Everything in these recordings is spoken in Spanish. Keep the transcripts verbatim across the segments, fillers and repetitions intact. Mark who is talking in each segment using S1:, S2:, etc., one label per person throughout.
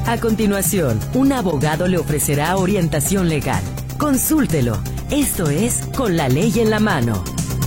S1: A continuación, un abogado le ofrecerá orientación legal. Consúltelo. Esto es Con la Ley en la Mano.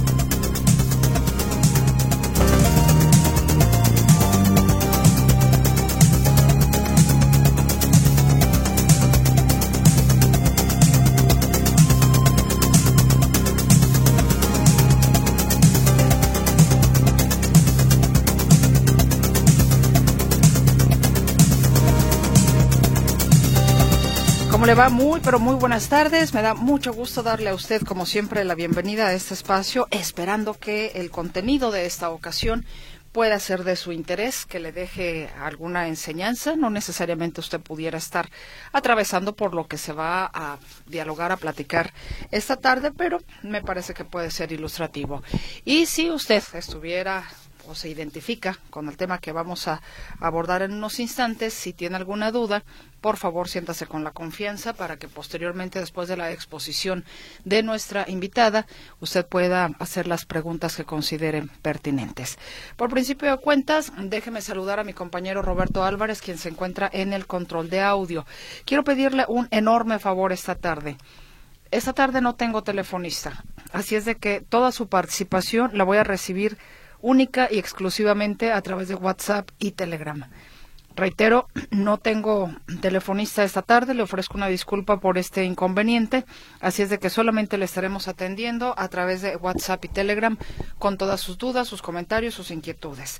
S2: ¿Cómo le va? Muy, pero muy buenas tardes. Me da mucho gusto darle a usted, como siempre, la bienvenida a este espacio, esperando que el contenido de esta ocasión pueda ser de su interés, que le deje alguna enseñanza. No necesariamente usted pudiera estar atravesando por lo que se va a dialogar, a platicar esta tarde, pero me parece que puede ser ilustrativo. Y si usted estuviera o se identifica con el tema que vamos a abordar en unos instantes, si tiene alguna duda, por favor siéntase con la confianza para que posteriormente, después de la exposición de nuestra invitada, usted pueda hacer las preguntas que considere pertinentes. Por principio de cuentas, déjeme saludar a mi compañero Roberto Álvarez, quien se encuentra en el control de audio. Quiero pedirle un enorme favor esta tarde. Esta tarde no tengo telefonista, así es de que toda su participación la voy a recibir única y exclusivamente a través de WhatsApp y Telegram. Reitero, no tengo telefonista esta tarde, le ofrezco una disculpa por este inconveniente, así es de que solamente le estaremos atendiendo a través de WhatsApp y Telegram con todas sus dudas, sus comentarios, sus inquietudes.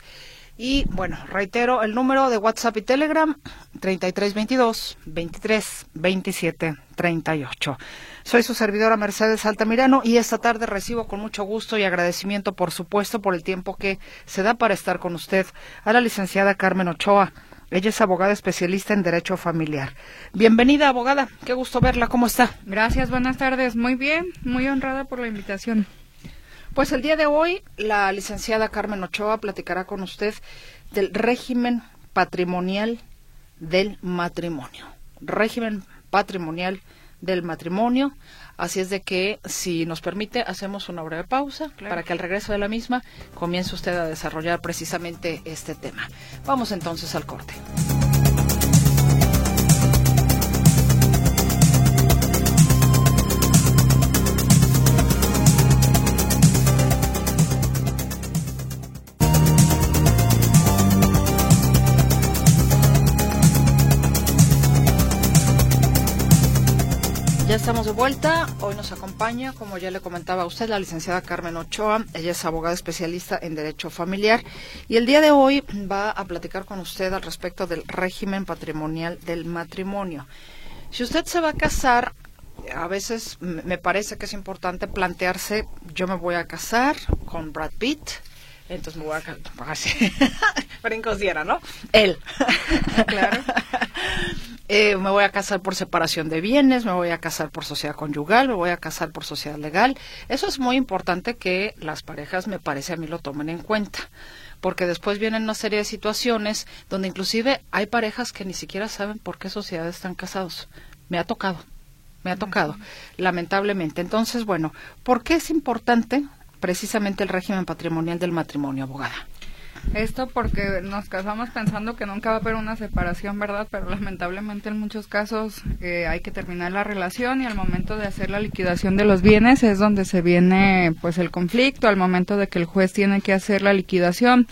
S2: Y bueno, reitero, el número de WhatsApp y Telegram, treinta y tres veintidós, veintitrés veintisiete treinta y ocho. Soy su servidora Mercedes Altamirano y esta tarde recibo con mucho gusto y agradecimiento, por supuesto, por el tiempo que se da para estar con usted, a la licenciada Carmen Ochoa. Ella es abogada especialista en Derecho Familiar. Bienvenida, abogada. Qué gusto verla. ¿Cómo está?
S3: Gracias, buenas tardes. Muy bien, muy honrada por la invitación.
S2: Pues el día de hoy, la licenciada Carmen Ochoa platicará con usted del régimen patrimonial del matrimonio. Régimen patrimonial del matrimonio. Así es de que, si nos permite, hacemos una breve pausa, claro, para que al regreso de la misma comience usted a desarrollar precisamente este tema. Vamos entonces al corte. Ya estamos de vuelta. Hoy nos acompaña, como ya le comentaba a usted, la licenciada Carmen Ochoa. Ella es abogada especialista en Derecho Familiar y el día de hoy va a platicar con usted al respecto del régimen patrimonial del matrimonio. Si usted se va a casar, a veces me parece que es importante plantearse: yo me voy a casar con Brad Pitt, entonces me voy a casar, brincos diera, ¿no? Él.
S3: Claro.
S2: Eh, me voy a casar por separación de bienes, me voy a casar por sociedad conyugal, me voy a casar por sociedad legal. Eso es muy importante que las parejas, me parece a mí, lo tomen en cuenta, porque después vienen una serie de situaciones donde inclusive hay parejas que ni siquiera saben por qué sociedad están casados. Me ha tocado, me ha tocado, uh-huh. lamentablemente. Entonces, bueno, ¿por qué es importante precisamente el régimen patrimonial del matrimonio, abogada?
S3: Esto porque nos casamos pensando que nunca va a haber una separación, ¿verdad? Pero lamentablemente en muchos casos eh, hay que terminar la relación y al momento de hacer la liquidación de los bienes es donde se viene pues el conflicto, al momento de que el juez tiene que hacer la liquidación.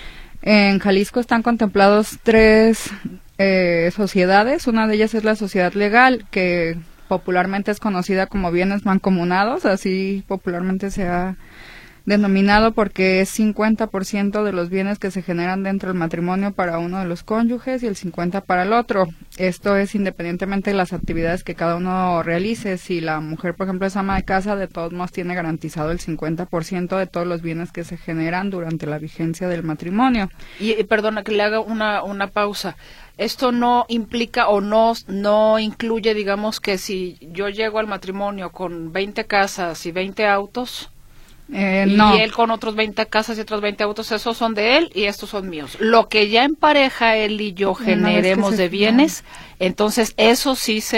S3: En Jalisco están contemplados tres eh, sociedades, una de ellas es la sociedad legal, que popularmente es conocida como bienes mancomunados, así popularmente se ha denominado porque es cincuenta por ciento de los bienes que se generan dentro del matrimonio para uno de los cónyuges y el cincuenta por ciento para el otro. Esto es independientemente de las actividades que cada uno realice. Si la mujer, por ejemplo, es ama de casa, de todos modos tiene garantizado el cincuenta por ciento de todos los bienes que se generan durante la vigencia del matrimonio.
S2: Y, y perdona que le haga una, una pausa. Esto no implica o no, no incluye, digamos, que si yo llego al matrimonio con veinte casas y veinte autos,
S3: Eh,
S2: y
S3: no.
S2: él con otros veinte casas y otros veinte autos, esos son de él y estos son míos. Lo que ya en pareja él y yo generemos de bienes, entonces eso sí se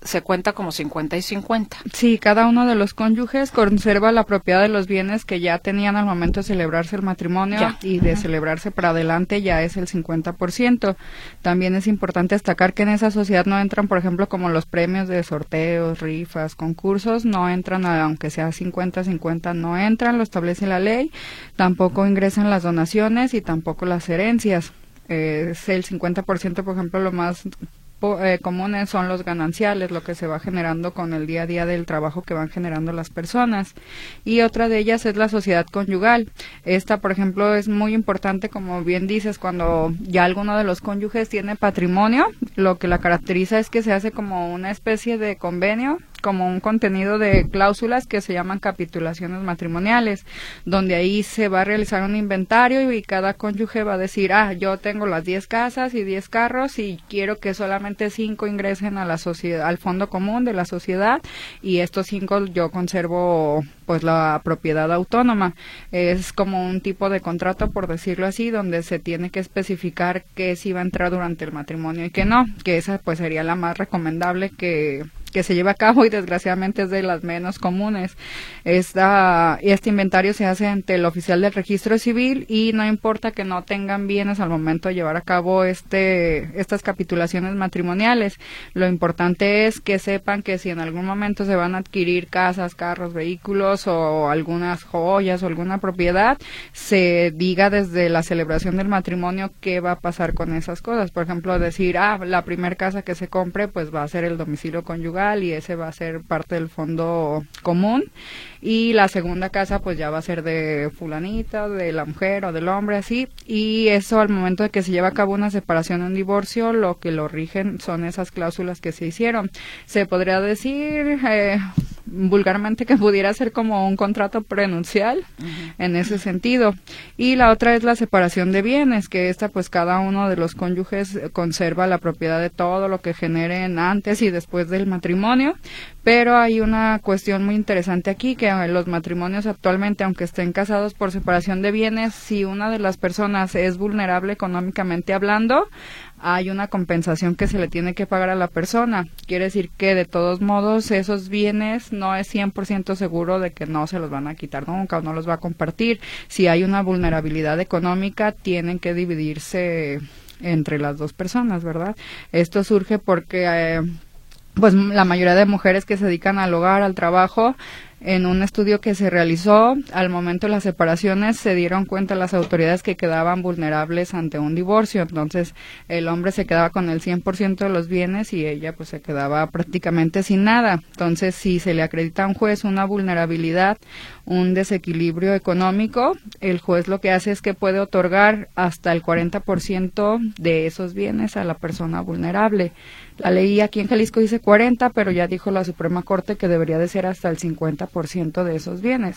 S2: se cuenta como cincuenta y cincuenta.
S3: Sí, cada uno de los cónyuges conserva la propiedad de los bienes que ya tenían al momento de celebrarse el matrimonio ya. y de uh-huh. celebrarse para adelante ya es el cincuenta por ciento. También es importante destacar que en esa sociedad no entran, por ejemplo, como los premios de sorteos, rifas, concursos, no entran, aunque sea cincuenta cincuenta, no entran, lo establece la ley, tampoco ingresan las donaciones y tampoco las herencias. Eh, es el cincuenta por ciento, por ejemplo, lo más Eh, comunes son los gananciales, lo que se va generando con el día a día del trabajo que van generando las personas. Y otra de ellas es la sociedad conyugal. Esta, por ejemplo, es muy importante, como bien dices, cuando ya alguno de los cónyuges tiene patrimonio, lo que la caracteriza es que se hace como una especie de convenio, como un contenido de cláusulas que se llaman capitulaciones matrimoniales, donde ahí se va a realizar un inventario y cada cónyuge va a decir, ah, yo tengo las diez casas y diez carros y quiero que solamente cinco ingresen a la sociedad, al fondo común de la sociedad, y estos cinco yo conservo pues la propiedad autónoma. Es como un tipo de contrato, por decirlo así, donde se tiene que especificar qué sí va a entrar durante el matrimonio y qué no, que esa pues sería la más recomendable que que se lleva a cabo y desgraciadamente es de las menos comunes. Esta, este inventario se hace ante el oficial del registro civil y no importa que no tengan bienes al momento de llevar a cabo este estas capitulaciones matrimoniales. Lo importante es que sepan que si en algún momento se van a adquirir casas, carros, vehículos o algunas joyas o alguna propiedad, se diga desde la celebración del matrimonio qué va a pasar con esas cosas. Por ejemplo, decir, ah, la primer casa que se compre pues va a ser el domicilio conyugal y ese va a ser parte del fondo común, y la segunda casa pues ya va a ser de fulanita, de la mujer o del hombre, así, y eso al momento de que se lleva a cabo una separación o un divorcio, lo que lo rigen son esas cláusulas que se hicieron. Se podría decir eh, vulgarmente que pudiera ser como un contrato prenupcial uh-huh. en ese sentido. Y la otra es la separación de bienes, que esta pues cada uno de los cónyuges conserva la propiedad de todo lo que generen antes y después del matrimonio, pero hay una cuestión muy interesante aquí, que los matrimonios actualmente, aunque estén casados por separación de bienes, si una de las personas es vulnerable económicamente hablando, hay una compensación que se le tiene que pagar a la persona. Quiere decir que de todos modos esos bienes no es cien por ciento seguro de que no se los van a quitar nunca o no los va a compartir. Si hay una vulnerabilidad económica, tienen que dividirse entre las dos personas, ¿verdad? Esto surge porque eh, pues la mayoría de mujeres que se dedican al hogar, al trabajo, en un estudio que se realizó, al momento de las separaciones se dieron cuenta las autoridades que quedaban vulnerables ante un divorcio. Entonces el hombre se quedaba con el cien por ciento de los bienes y ella pues se quedaba prácticamente sin nada. Entonces si se le acredita a un juez una vulnerabilidad, un desequilibrio económico, el juez lo que hace es que puede otorgar hasta el cuarenta por ciento de esos bienes a la persona vulnerable. La ley aquí en Jalisco dice cuarenta, pero ya dijo la Suprema Corte que debería de ser hasta el cincuenta por ciento de esos bienes.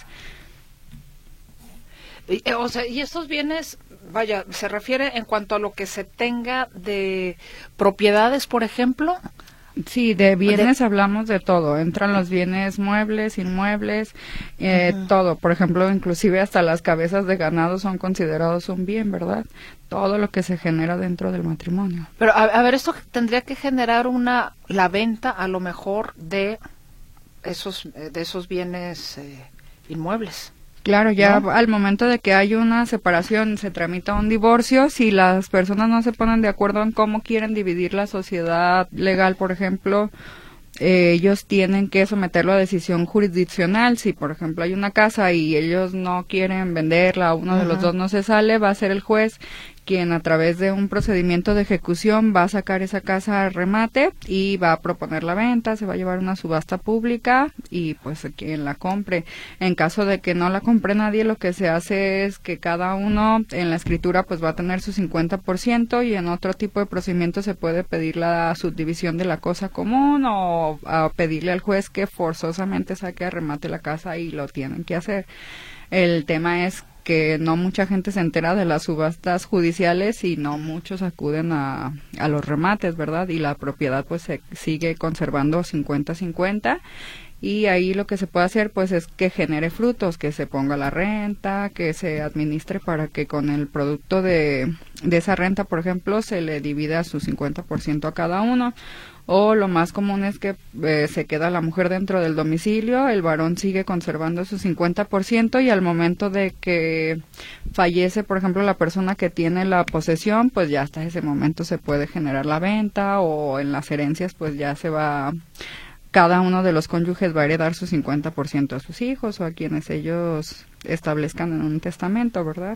S2: Y, o sea, y estos bienes, vaya, se refiere en cuanto a lo que se tenga de propiedades, por ejemplo.
S3: Sí, de bienes de... hablamos de todo. Entran los bienes muebles, inmuebles, eh, uh-huh. todo. Por ejemplo, inclusive hasta las cabezas de ganado son considerados un bien, ¿verdad? Todo lo que se genera dentro del matrimonio.
S2: Pero, a, a ver, esto tendría que generar una la venta, a lo mejor, de esos de esos bienes eh, inmuebles.
S3: Claro, ya
S2: ¿no?
S3: Al momento de que hay una separación, se tramita un divorcio, si las personas no se ponen de acuerdo en cómo quieren dividir la sociedad legal, por ejemplo, eh, ellos tienen que someterlo a decisión jurisdiccional. Si, por ejemplo, hay una casa y ellos no quieren venderla, uno uh-huh. de los dos no se sale, va a ser el juez quien a través de un procedimiento de ejecución va a sacar esa casa al remate y va a proponer la venta, se va a llevar una subasta pública y pues quien la compre. En caso de que no la compre nadie, lo que se hace es que cada uno en la escritura pues va a tener su cincuenta por ciento y en otro tipo de procedimiento se puede pedir la subdivisión de la cosa común o a pedirle al juez que forzosamente saque a remate la casa y lo tienen que hacer. El tema es que no mucha gente se entera de las subastas judiciales y no muchos acuden a, a los remates, ¿verdad? Y la propiedad pues se sigue conservando cincuenta cincuenta y ahí lo que se puede hacer pues es que genere frutos, que se ponga la renta, que se administre para que con el producto de, de esa renta, por ejemplo, se le divida su cincuenta por ciento a cada uno. o lo más común es que eh, se queda la mujer dentro del domicilio, el varón sigue conservando su cincuenta por ciento y al momento de que fallece, por ejemplo, la persona que tiene la posesión, pues ya hasta ese momento se puede generar la venta, o en las herencias pues ya se va, cada uno de los cónyuges va a heredar su cincuenta por ciento a sus hijos o a quienes ellos establezcan en un testamento, ¿verdad?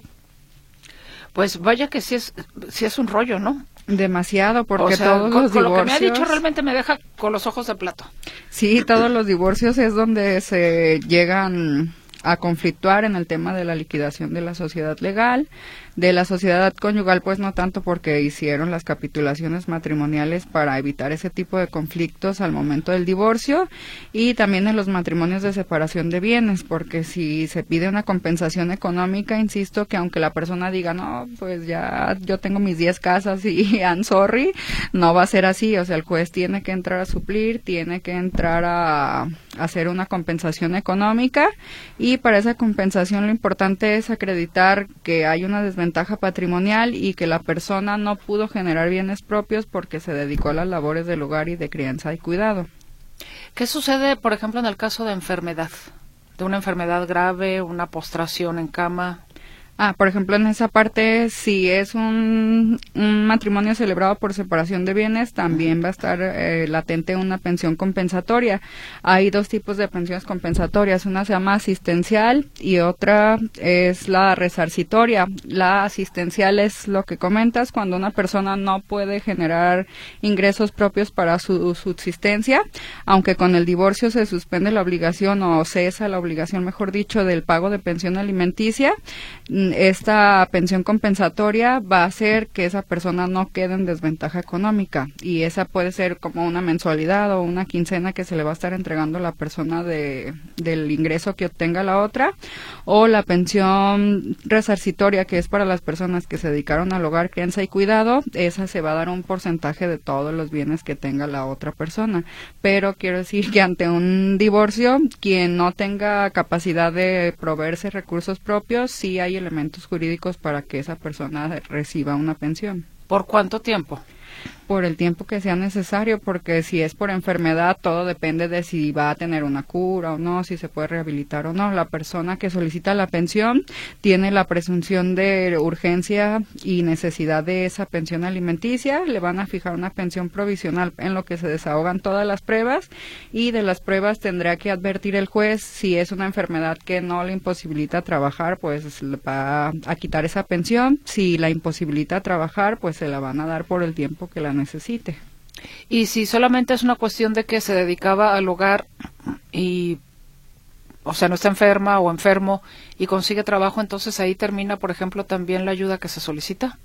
S2: Pues vaya que sí es, sí es un rollo, ¿no?
S3: Demasiado, porque
S2: o sea,
S3: todos
S2: con,
S3: los
S2: con
S3: divorcios...
S2: lo que me ha dicho realmente me deja con los ojos de plato.
S3: Sí, todos los divorcios es donde se llegan a conflictuar en el tema de la liquidación de la sociedad legal. De la sociedad conyugal, pues no tanto, porque hicieron las capitulaciones matrimoniales para evitar ese tipo de conflictos al momento del divorcio, y también en los matrimonios de separación de bienes, porque si se pide una compensación económica, insisto que aunque la persona diga, no, pues ya yo tengo mis diez casas y I'm sorry, no va a ser así. O sea, el juez tiene que entrar a suplir, tiene que entrar a, a hacer una compensación económica, y para esa compensación lo importante es acreditar que hay una desventaja ventaja patrimonial y que la persona no pudo generar bienes propios porque se dedicó a las labores del hogar y de crianza y cuidado.
S2: ¿Qué sucede, por ejemplo, en el caso de enfermedad? De una enfermedad grave, una postración en cama.
S3: Ah, por ejemplo, en esa parte, si es un, un matrimonio celebrado por separación de bienes, también va a estar eh, latente una pensión compensatoria. Hay dos tipos de pensiones compensatorias, una se llama asistencial y otra es la resarcitoria. La asistencial es lo que comentas, cuando una persona no puede generar ingresos propios para su subsistencia, aunque con el divorcio se suspende la obligación o cesa la obligación, mejor dicho, del pago de pensión alimenticia. Esta pensión compensatoria va a hacer que esa persona no quede en desventaja económica, y esa puede ser como una mensualidad o una quincena que se le va a estar entregando a la persona de, del ingreso que obtenga la otra, o la pensión resarcitoria, que es para las personas que se dedicaron al hogar, crianza y cuidado. Esa se va a dar un porcentaje de todos los bienes que tenga la otra persona, pero quiero decir que ante un divorcio, quien no tenga capacidad de proveerse recursos propios, sí hay elementos jurídicos para que esa persona reciba una pensión.
S2: ¿Por cuánto tiempo?
S3: Por el tiempo que sea necesario, porque si es por enfermedad, todo depende de si va a tener una cura o no, si se puede rehabilitar o no. La persona que solicita la pensión tiene la presunción de urgencia y necesidad de esa pensión alimenticia. Le van a fijar una pensión provisional en lo que se desahogan todas las pruebas, y de las pruebas tendrá que advertir el juez si es una enfermedad que no le imposibilita trabajar, pues le va a quitar esa pensión. Si la imposibilita trabajar, pues se la van a dar por el tiempo que la necesite.
S2: Y si solamente es una cuestión de que se dedicaba al hogar y, o sea, no está enferma o enfermo y consigue trabajo, entonces ahí termina, por ejemplo, también la ayuda que se solicita.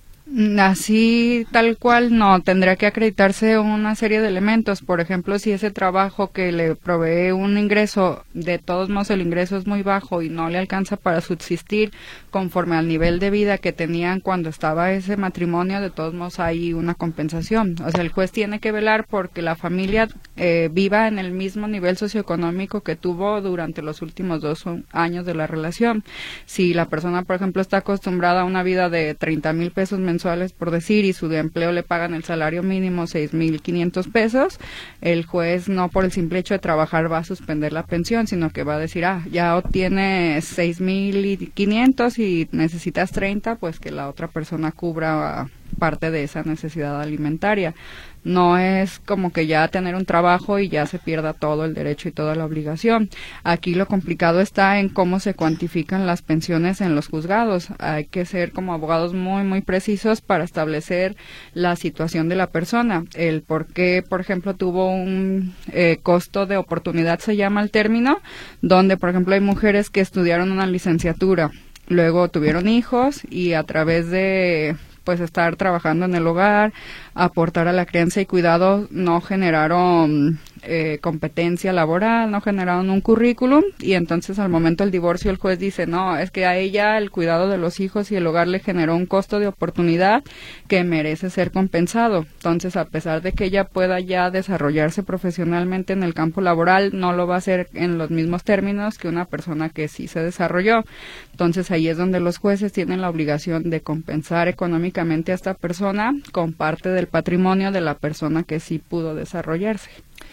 S3: Así tal cual no, tendrá que acreditarse una serie de elementos. Por ejemplo, si ese trabajo que le provee un ingreso, de todos modos el ingreso es muy bajo y no le alcanza para subsistir conforme al nivel de vida que tenían cuando estaba ese matrimonio, de todos modos hay una compensación. O sea, el juez tiene que velar porque la familia eh, viva en el mismo nivel socioeconómico que tuvo durante los últimos dos años de la relación. Si la persona, por ejemplo, está acostumbrada a una vida de treinta mil pesos mensuales, por decir, y su de empleo le pagan el salario mínimo seis mil quinientos pesos, el juez no por el simple hecho de trabajar va a suspender la pensión, sino que va a decir, ah, ya obtienes seis mil quinientos y necesitas treinta, pues que la otra persona cubra parte de esa necesidad alimentaria. No es como que ya tener un trabajo y ya se pierda todo el derecho y toda la obligación. Aquí lo complicado está en cómo se cuantifican las pensiones en los juzgados. Hay que ser como abogados muy, muy precisos para establecer la situación de la persona. El por qué, por ejemplo, tuvo un eh, costo de oportunidad, se llama el término, donde, por ejemplo, hay mujeres que estudiaron una licenciatura, luego tuvieron hijos y a través de pues estar trabajando en el hogar, aportar a la crianza y cuidado, no generaron eh, competencia laboral, no generaron un currículum y entonces al momento del divorcio el juez dice, no, es que a ella el cuidado de los hijos y el hogar le generó un costo de oportunidad que merece ser compensado. Entonces, a pesar de que ella pueda ya desarrollarse profesionalmente en el campo laboral, no lo va a hacer en los mismos términos que una persona que sí se desarrolló. Entonces, ahí es donde los jueces tienen la obligación de compensar económicamente a esta persona con parte del patrimonio de la persona que sí pudo desarrollarse.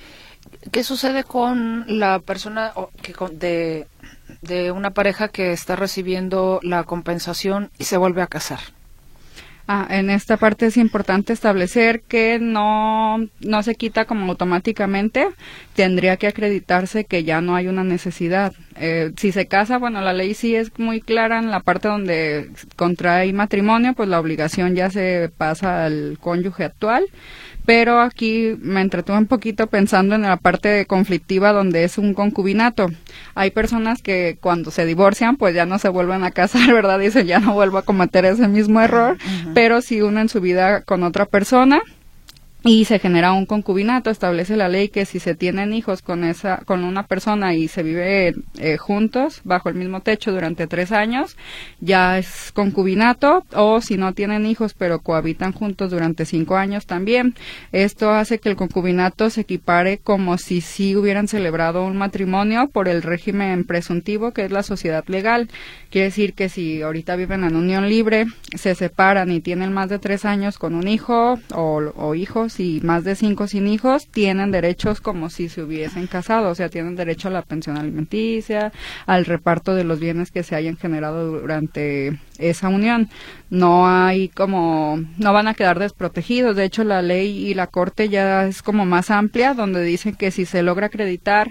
S2: ¿Qué sucede con la persona que con, de, de una pareja que está recibiendo la compensación y se vuelve a casar?
S3: Ah, en esta parte es importante establecer que no, no se quita como automáticamente, tendría que acreditarse que ya no hay una necesidad. Eh, si se casa, bueno, la ley sí es muy clara en la parte donde contrae matrimonio, pues la obligación ya se pasa al cónyuge actual, pero aquí me entretuve un poquito pensando en la parte conflictiva donde es un concubinato. Hay personas que cuando se divorcian pues ya no se vuelven a casar, ¿verdad? Dicen, ya no vuelvo a cometer ese mismo error, uh-huh. Pero si unen su vida con otra persona y se genera un concubinato, establece la ley que si se tienen hijos con esa con una persona y se vive eh, juntos bajo el mismo techo durante tres años, ya es concubinato, o si no tienen hijos pero cohabitan juntos durante cinco años también. Esto hace que el concubinato se equipare como si sí hubieran celebrado un matrimonio por el régimen presuntivo que es la sociedad legal. Quiere decir que si ahorita viven en unión libre, se separan y tienen más de tres años con un hijo o, o hijos, y más de cinco sin hijos, tienen derechos como si se hubiesen casado, o sea, tienen derecho a la pensión alimenticia, al reparto de los bienes que se hayan generado durante esa unión. No hay como, no van a quedar desprotegidos. De hecho, la ley y la corte ya es como más amplia, donde dicen que si se logra acreditar,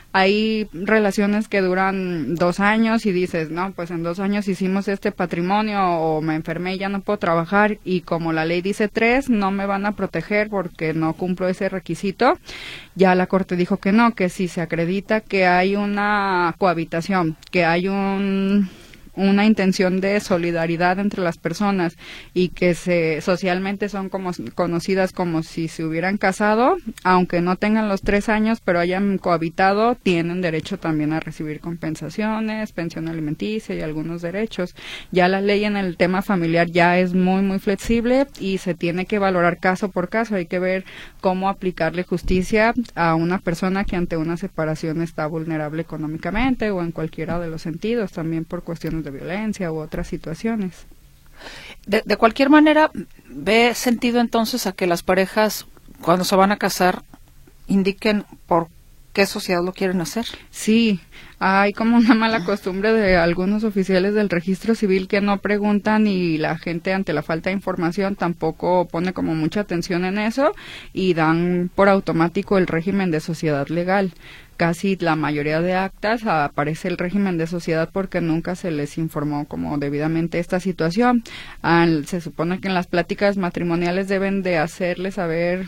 S3: hay relaciones que duran dos años y dices, no, pues en dos años hicimos este patrimonio o me enfermé y ya no puedo trabajar, y como la ley dice tres, no me van a proteger porque no cumplo ese requisito. Ya la corte dijo que no, que si se acredita que hay una cohabitación, que hay un una intención de solidaridad entre las personas y que se socialmente son como conocidas como si se hubieran casado, aunque no tengan los tres años pero hayan cohabitado, tienen derecho también a recibir compensaciones, pensión alimenticia y algunos derechos. Ya la ley en el tema familiar ya es muy muy flexible y se tiene que valorar caso por caso. Hay que ver cómo aplicarle justicia a una persona que ante una separación está vulnerable económicamente o en cualquiera de los sentidos, también por cuestiones de violencia u otras situaciones.
S2: De, de cualquier manera, ¿ve sentido entonces a que las parejas, cuando se van a casar, indiquen por qué sociedad lo quieren hacer?
S3: Sí, hay como una mala costumbre de algunos oficiales del registro civil que no preguntan, y la gente ante la falta de información tampoco pone como mucha atención en eso y dan por automático el régimen de sociedad legal. Casi la mayoría de actas aparece el régimen de sociedad porque nunca se les informó como debidamente esta situación. Al, se supone que en las pláticas matrimoniales deben de hacerles saber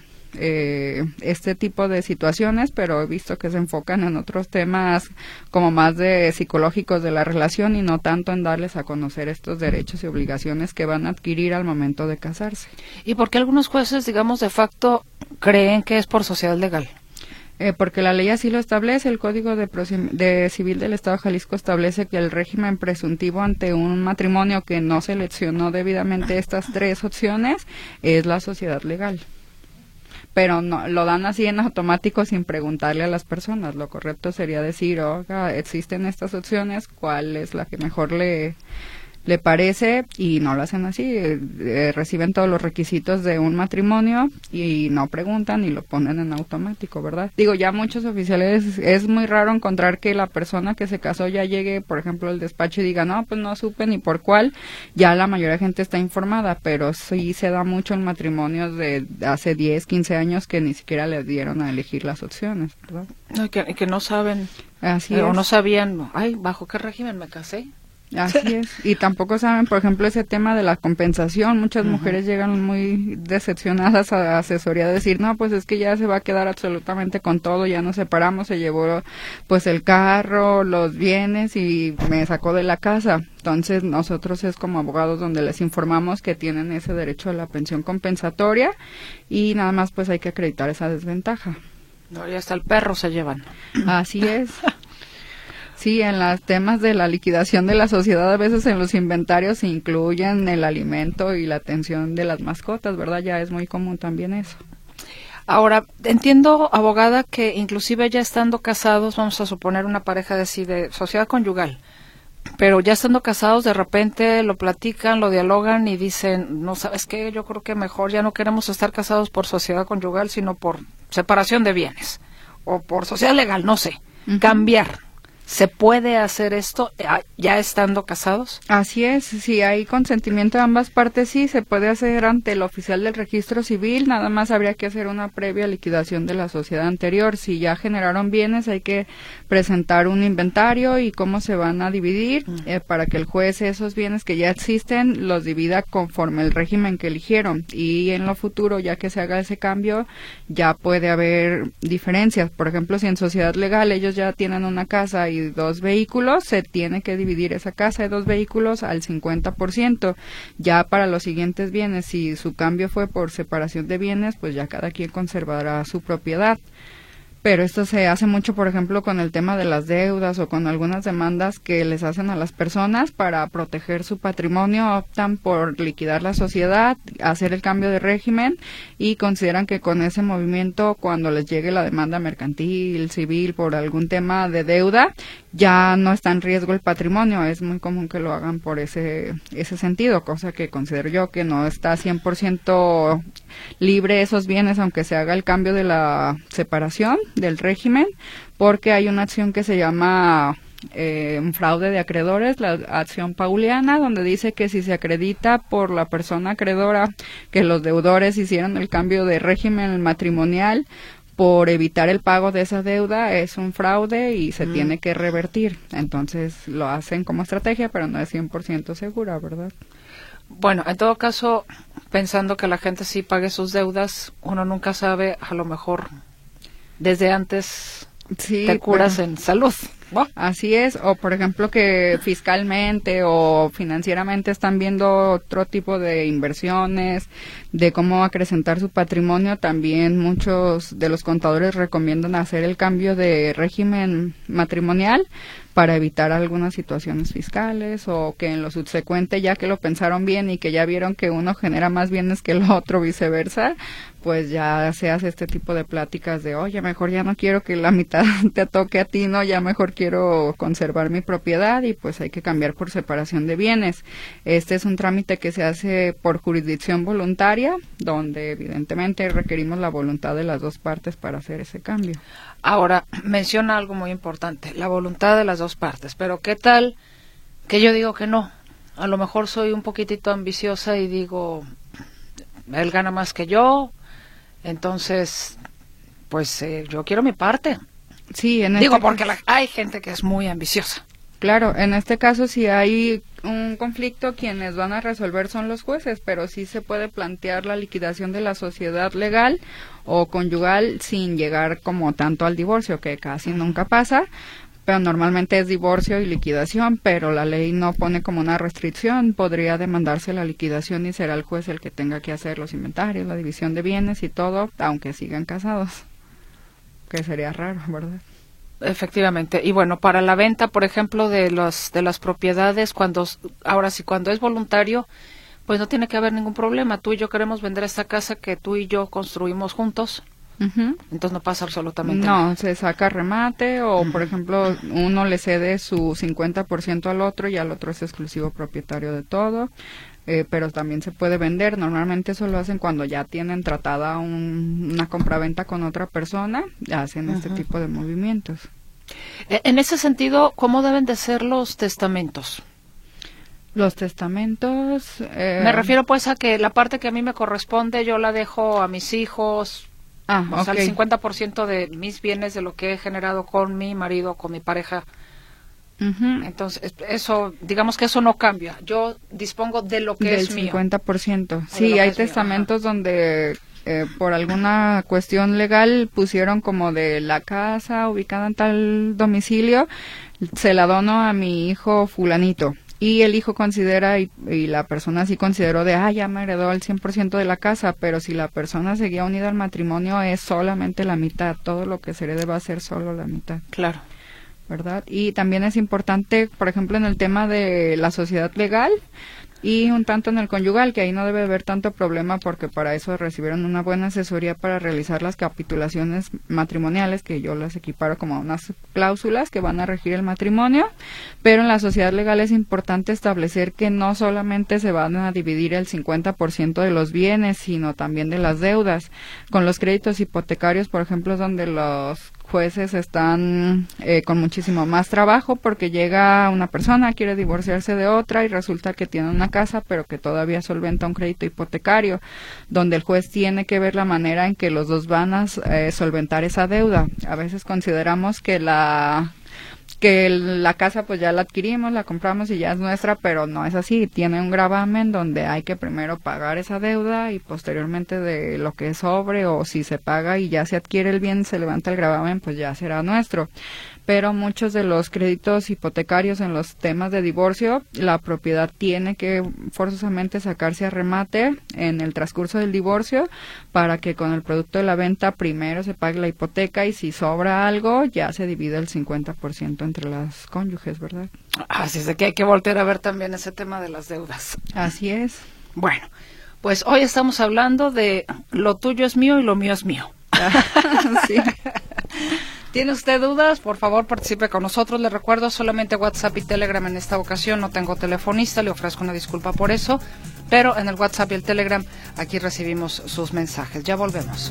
S3: eh, este tipo de situaciones, pero he visto que se enfocan en otros temas como más de psicológicos de la relación y no tanto en darles a conocer estos derechos y obligaciones que van a adquirir al momento de casarse.
S2: ¿Y por qué algunos jueces, digamos, de facto creen que es por sociedad legal?
S3: Eh, porque la ley así lo establece. El Código de, de Civil del Estado de Jalisco establece que el régimen presuntivo ante un matrimonio que no seleccionó debidamente estas tres opciones es la sociedad legal. Pero no lo dan así en automático sin preguntarle a las personas. Lo correcto sería decir, oiga, existen estas opciones, ¿cuál es la que mejor le... le parece? Y no lo hacen así, eh, reciben todos los requisitos de un matrimonio y no preguntan y lo ponen en automático, ¿verdad? Digo, ya muchos oficiales, es muy raro encontrar que la persona que se casó ya llegue, por ejemplo, al despacho y diga, no, pues no supe ni por cuál. Ya la mayoría de gente está informada, pero sí se da mucho en matrimonios de hace diez, quince años que ni siquiera les dieron a elegir las opciones, ¿verdad?
S2: No, que, que no saben,
S3: así
S2: eh,
S3: es.
S2: O no sabían, ay, ¿bajo qué régimen me casé?
S3: Así es, y tampoco saben, por ejemplo, ese tema de la compensación. Muchas uh-huh. mujeres llegan muy decepcionadas a la asesoría de decir, no, pues es que ya se va a quedar absolutamente con todo, ya nos separamos, se llevó pues el carro, los bienes y me sacó de la casa. Entonces nosotros es como abogados donde les informamos que tienen ese derecho a la pensión compensatoria y nada más pues hay que acreditar esa desventaja.
S2: No, y hasta el perro se llevan.
S3: Así es. Sí, en los temas de la liquidación de la sociedad, a veces en los inventarios se incluyen el alimento y la atención de las mascotas, ¿verdad? Ya es muy común también eso.
S2: Ahora, entiendo, abogada, que inclusive ya estando casados, vamos a suponer una pareja de, así, de sociedad conyugal, pero ya estando casados, de repente lo platican, lo dialogan y dicen, no, ¿sabes qué? Yo creo que mejor ya no queremos estar casados por sociedad conyugal, sino por separación de bienes, o por sociedad legal, no sé, uh-huh. Cambiar. ¿Se puede hacer esto ya estando casados?
S3: Así es, si hay consentimiento de ambas partes, sí, se puede hacer ante el oficial del registro civil, nada más habría que hacer una previa liquidación de la sociedad anterior. Si ya generaron bienes, hay que presentar un inventario y cómo se van a dividir, mm. eh, para que el juez esos bienes que ya existen los divida conforme el régimen que eligieron, y en lo futuro, ya que se haga ese cambio, ya puede haber diferencias. Por ejemplo, si en sociedad legal ellos ya tienen una casa y dos vehículos, se tiene que dividir esa casa de dos vehículos al cincuenta por ciento. Ya para los siguientes bienes, si su cambio fue por separación de bienes, pues ya cada quien conservará su propiedad. Pero esto se hace mucho, por ejemplo, con el tema de las deudas o con algunas demandas que les hacen a las personas para proteger su patrimonio. Optan por liquidar la sociedad, hacer el cambio de régimen y consideran que con ese movimiento, cuando les llegue la demanda mercantil, civil, por algún tema de deuda, ya no está en riesgo el patrimonio. Es muy común que lo hagan por ese ese sentido, cosa que considero yo que no está cien por ciento libre esos bienes, aunque se haga el cambio de la separación del régimen, porque hay una acción que se llama eh, un fraude de acreedores, la acción pauliana, donde dice que si se acredita por la persona acreedora que los deudores hicieron el cambio de régimen matrimonial por evitar el pago de esa deuda, es un fraude y se mm. tiene que revertir. Entonces lo hacen como estrategia, pero no es cien por ciento segura, ¿verdad?
S2: Bueno, en todo caso, pensando que la gente sí pague sus deudas, uno nunca sabe, a lo mejor desde antes sí, te curas pero, en salud. ¿no?
S3: Así es, o por ejemplo que fiscalmente o financieramente están viendo otro tipo de inversiones, de cómo acrecentar su patrimonio. También muchos de los contadores recomiendan hacer el cambio de régimen matrimonial para evitar algunas situaciones fiscales, o que en lo subsecuente, ya que lo pensaron bien y que ya vieron que uno genera más bienes que el otro, viceversa, pues ya se hace este tipo de pláticas de, oye, mejor ya no quiero que la mitad te toque a ti, no, ya mejor quiero conservar mi propiedad, y pues hay que cambiar por separación de bienes. Este es un trámite que se hace por jurisdicción voluntaria, donde evidentemente requerimos la voluntad de las dos partes para hacer ese cambio.
S2: Ahora, menciona algo muy importante, la voluntad de las dos partes, pero ¿qué tal que yo digo que no? A lo mejor soy un poquitito ambiciosa y digo, él gana más que yo, entonces, pues eh, yo quiero mi parte.
S3: Sí, en
S2: digo,
S3: este
S2: porque la, hay gente que es muy ambiciosa.
S3: Claro, en este caso si hay un conflicto, quienes van a resolver son los jueces, pero sí se puede plantear la liquidación de la sociedad legal o conyugal sin llegar como tanto al divorcio, que casi nunca pasa, pero normalmente es divorcio y liquidación, pero la ley no pone como una restricción. Podría demandarse la liquidación y será el juez el que tenga que hacer los inventarios, la división de bienes y todo, aunque sigan casados, que sería raro, ¿verdad?
S2: Efectivamente. Y bueno, para la venta, por ejemplo, de los de las propiedades, cuando ahora sí, cuando es voluntario, pues no tiene que haber ningún problema. Tú y yo queremos vender esta casa que tú y yo construimos juntos. Uh-huh. Entonces no pasa absolutamente
S3: no,
S2: nada.
S3: No, se saca remate o, uh-huh. por ejemplo, uno le cede su cincuenta por ciento al otro y al otro es exclusivo propietario de todo. Eh, pero también se puede vender. Normalmente eso lo hacen cuando ya tienen tratada un, una compraventa con otra persona, hacen uh-huh. este tipo de movimientos.
S2: En ese sentido, ¿cómo deben de ser los testamentos?
S3: Los testamentos... Eh...
S2: Me refiero pues a que la parte que a mí me corresponde yo la dejo a mis hijos,
S3: ah,
S2: o
S3: okay.
S2: sea, el cincuenta por ciento de mis bienes, de lo que he generado con mi marido, con mi pareja. Uh-huh. Entonces, eso, digamos que eso no cambia. Yo dispongo de lo que
S3: Del
S2: es mío.
S3: cincuenta por ciento. Sí, hay testamentos mío. donde eh, por alguna cuestión legal pusieron como de la casa ubicada en tal domicilio, se la dono a mi hijo fulanito. y el hijo considera y, y la persona sí consideró de, ah, ya me heredó el cien por ciento de la casa, pero si la persona seguía unida al matrimonio es solamente la mitad, todo lo que se herede va a ser solo la mitad.
S2: Claro.
S3: ¿Verdad? Y también es importante, por ejemplo, en el tema de la sociedad legal y un tanto en el conyugal, que ahí no debe haber tanto problema porque para eso recibieron una buena asesoría para realizar las capitulaciones matrimoniales, que yo las equiparo como unas cláusulas que van a regir el matrimonio, pero en la sociedad legal es importante establecer que no solamente se van a dividir el cincuenta por ciento de los bienes, sino también de las deudas. Con los créditos hipotecarios, por ejemplo, es donde los jueces están eh, con muchísimo más trabajo porque llega una persona, quiere divorciarse de otra y resulta que tiene una casa pero que todavía solventa un crédito hipotecario, donde el juez tiene que ver la manera en que los dos van a eh, solventar esa deuda. A veces consideramos que la que la casa pues ya la adquirimos, la compramos y ya es nuestra, pero no es así, tiene un gravamen donde hay que primero pagar esa deuda y posteriormente de lo que sobre, o si se paga y ya se adquiere el bien, se levanta el gravamen, pues ya será nuestro. Pero muchos de los créditos hipotecarios en los temas de divorcio, la propiedad tiene que forzosamente sacarse a remate en el transcurso del divorcio para que con el producto de la venta primero se pague la hipoteca y si sobra algo ya se divide el cincuenta por ciento entre las cónyuges, ¿verdad?
S2: Así es de que hay que voltear a ver también ese tema de las deudas.
S3: Así es.
S2: Bueno, pues hoy estamos hablando de lo tuyo es mío y lo mío es mío.
S3: Sí.
S2: ¿Tiene usted dudas? Por favor, participe con nosotros. Le recuerdo solamente WhatsApp y Telegram en esta ocasión. No tengo telefonista, le ofrezco una disculpa por eso. Pero en el WhatsApp y el Telegram, aquí recibimos sus mensajes. Ya volvemos.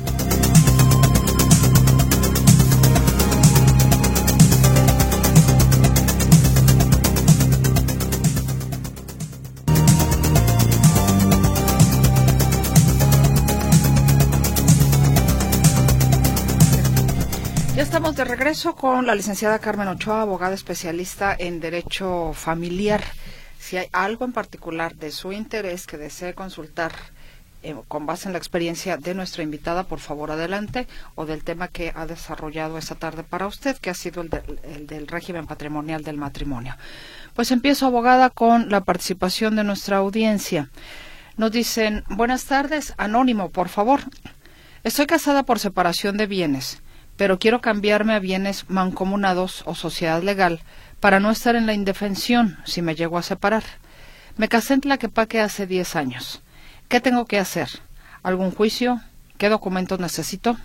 S2: Ya estamos de regreso con la licenciada Carmen Ochoa, abogada especialista en Derecho Familiar. Si hay algo en particular de su interés que desee consultar eh, con base en la experiencia de nuestra invitada, por favor adelante, o del tema que ha desarrollado esta tarde para usted, que ha sido el, de, el del régimen patrimonial del matrimonio. Pues empiezo, abogada, con la participación de nuestra audiencia. Nos dicen, buenas tardes, anónimo, por favor. Estoy casada por separación de bienes, pero quiero cambiarme a bienes mancomunados o sociedad legal para no estar en la indefensión si me llego a separar. Me casé en Tlaquepaque hace diez años. ¿Qué tengo que hacer? ¿Algún juicio? ¿Qué documentos necesito?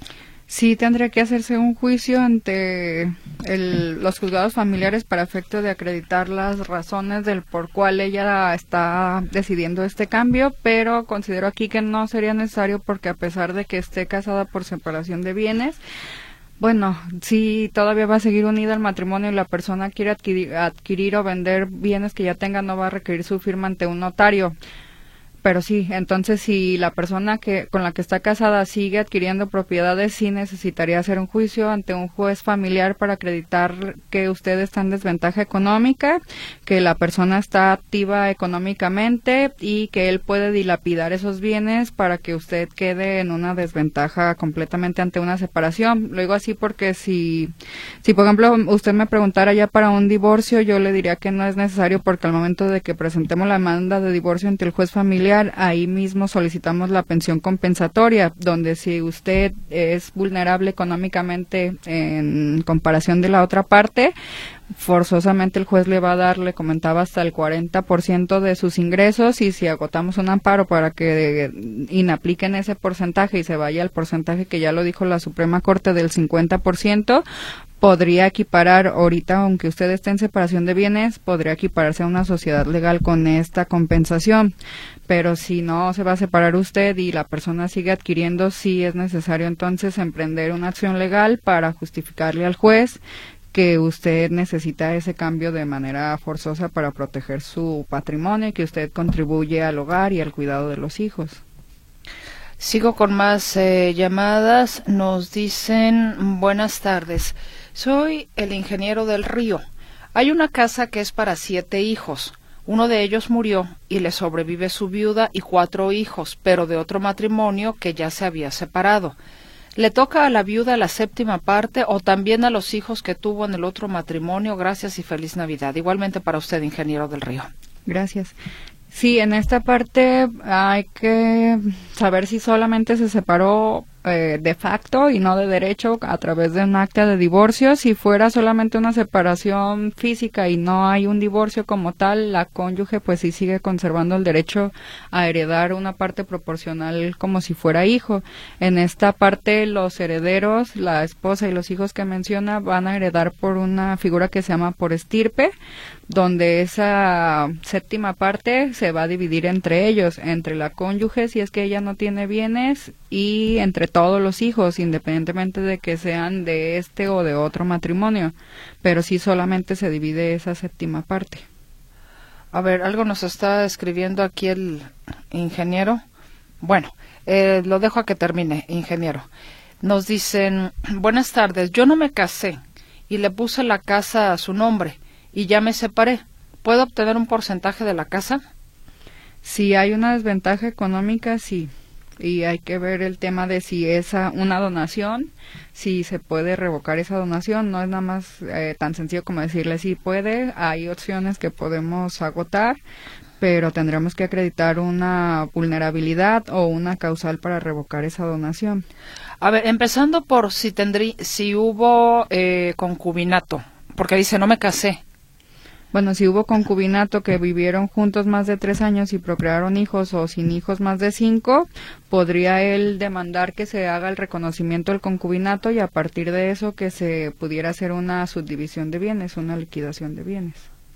S3: Sí, tendría que hacerse un juicio ante el, los juzgados familiares para efecto de acreditar las razones del por cual ella está decidiendo este cambio, pero considero aquí que no sería necesario porque a pesar de que esté casada por separación de bienes, bueno, si todavía va a seguir unida al matrimonio y la persona quiere adquirir, adquirir o vender bienes que ya tenga, no va a requerir su firma ante un notario. Pero sí, entonces si la persona que con la que está casada sigue adquiriendo propiedades, sí necesitaría hacer un juicio ante un juez familiar para acreditar que usted está en desventaja económica, que la persona está activa económicamente y que él puede dilapidar esos bienes para que usted quede en una desventaja completamente ante una separación. Lo digo así porque si, si por ejemplo usted me preguntara ya para un divorcio, yo le diría que no es necesario porque al momento de que presentemos la demanda de divorcio ante el juez familiar, ahí mismo solicitamos la pensión compensatoria, donde si usted es vulnerable económicamente en comparación de la otra parte, forzosamente el juez le va a dar, le comentaba, hasta el cuarenta por ciento de sus ingresos, y si agotamos un amparo para que inapliquen ese porcentaje y se vaya al porcentaje que ya lo dijo la Suprema Corte del cincuenta por ciento, podría equiparar ahorita, aunque usted esté en separación de bienes, podría equipararse a una sociedad legal con esta compensación. Pero si no se va a separar usted y la persona sigue adquiriendo, sí es necesario entonces emprender una acción legal para justificarle al juez que usted necesita ese cambio de manera forzosa para proteger su patrimonio y que usted contribuye al hogar y al cuidado de los hijos.
S2: Sigo con más eh, llamadas. Nos dicen, buenas tardes. Soy el ingeniero del Río. Hay una casa que es para siete hijos. Uno de ellos murió y le sobrevive su viuda y cuatro hijos, pero de otro matrimonio que ya se había separado. ¿Le toca a la viuda la séptima parte o también a los hijos que tuvo en el otro matrimonio? Gracias y feliz Navidad. Igualmente para usted, ingeniero del Río.
S3: Gracias. Sí, en esta parte hay que saber si solamente se separó eh, de facto y no de derecho a través de un acta de divorcio. Si fuera solamente una separación física y no hay un divorcio como tal, la cónyuge pues sí sigue conservando el derecho a heredar una parte proporcional como si fuera hijo. En esta parte los herederos, la esposa y los hijos que menciona van a heredar por una figura que se llama por estirpe, donde esa séptima parte se va a dividir entre ellos, entre la cónyuge si es que ella no tiene bienes y entre todos los hijos, independientemente de que sean de este o de otro matrimonio, pero sí solamente se divide esa séptima parte.
S2: A ver, algo nos está escribiendo aquí el ingeniero. Bueno, eh, lo dejo a que termine, ingeniero. Nos dicen, buenas tardes, yo no me casé y le puse la casa a su nombre y ya me separé. ¿Puedo obtener un porcentaje de la casa?
S3: Si hay una desventaja económica, sí. Y hay que ver el tema de si es una donación, si se puede revocar esa donación. No es nada más eh, tan sencillo como decirle sí puede. Hay opciones que podemos agotar, pero tendremos que acreditar una vulnerabilidad o una causal para revocar esa donación.
S2: A ver, empezando por si tendrí, si hubo eh, concubinato, porque dice no me casé.
S3: Bueno, si hubo concubinato que vivieron juntos más de tres años y procrearon hijos o sin hijos más de cinco, podría él demandar que se haga el reconocimiento del concubinato y a partir de eso que se pudiera hacer una subdivisión de bienes, una liquidación de bienes.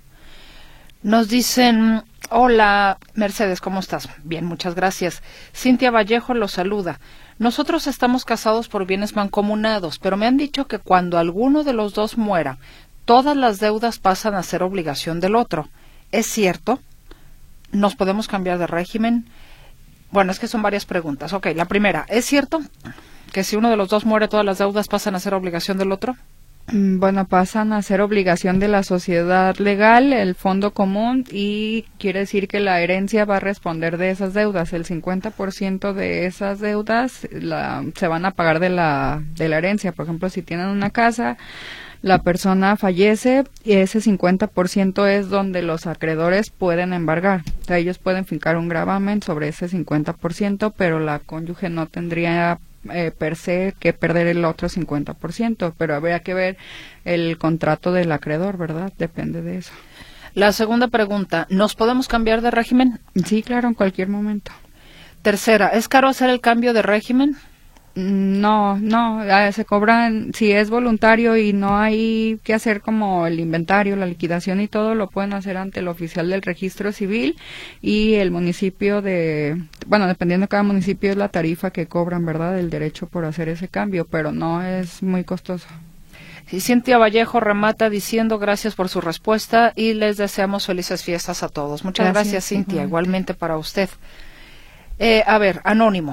S2: Nos dicen, hola Mercedes, ¿cómo estás? Bien, muchas gracias. Cintia Vallejo los saluda. Nosotros estamos casados por bienes mancomunados, pero me han dicho que cuando alguno de los dos muera, todas las deudas pasan a ser obligación del otro. ¿Es cierto? ¿Nos podemos cambiar de régimen? Bueno, es que son varias preguntas. Ok, la primera, ¿es cierto que si uno de los dos muere, todas las deudas pasan a ser obligación del otro?
S3: Bueno, pasan a ser obligación de la sociedad legal, el fondo común, y quiere decir que la herencia va a responder de esas deudas. El cincuenta por ciento de esas deudas la, se van a pagar de la, de la herencia. Por ejemplo, si tienen una casa, la persona fallece y ese cincuenta por ciento es donde los acreedores pueden embargar. O sea, ellos pueden fincar un gravamen sobre ese cincuenta por ciento, pero la cónyuge no tendría eh, per se que perder el otro cincuenta por ciento, pero habría que ver el contrato del acreedor, ¿verdad? Depende de eso.
S2: La segunda pregunta, ¿nos podemos cambiar de régimen?
S3: Sí, claro, en cualquier momento.
S2: Tercera, ¿es caro hacer el cambio de régimen?
S3: No, no, se cobran, si es voluntario y no hay que hacer como el inventario, la liquidación y todo, lo pueden hacer ante el oficial del registro civil y el municipio de, bueno, dependiendo de cada municipio es la tarifa que cobran, ¿verdad?, el derecho por hacer ese cambio, pero no es muy costoso.
S2: Y Cintia Vallejo remata diciendo gracias por su respuesta y les deseamos felices fiestas a todos. Muchas gracias, gracias Cintia, igualmente para usted. Eh, a ver, anónimo.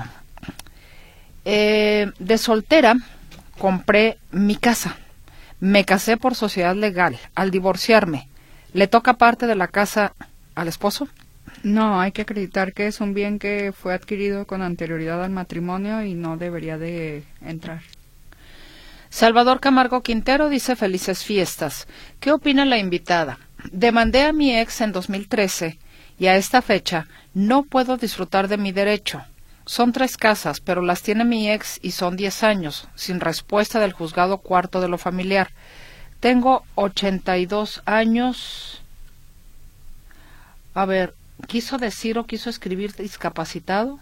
S2: Eh, de soltera compré mi casa, me casé por sociedad legal. Al divorciarme, ¿le toca parte de la casa al esposo?
S3: No, hay que acreditar que es un bien que fue adquirido con anterioridad al matrimonio y no debería de entrar.
S2: Salvador Camargo Quintero dice felices fiestas. ¿Qué opina la invitada? Demandé a mi ex en dos mil trece y a esta fecha no puedo disfrutar de mi derecho. Son tres casas, pero las tiene mi ex y son diez años, sin respuesta del juzgado cuarto de lo familiar. Tengo ochenta y dos años. A ver, ¿quiso decir o quiso escribir discapacitado?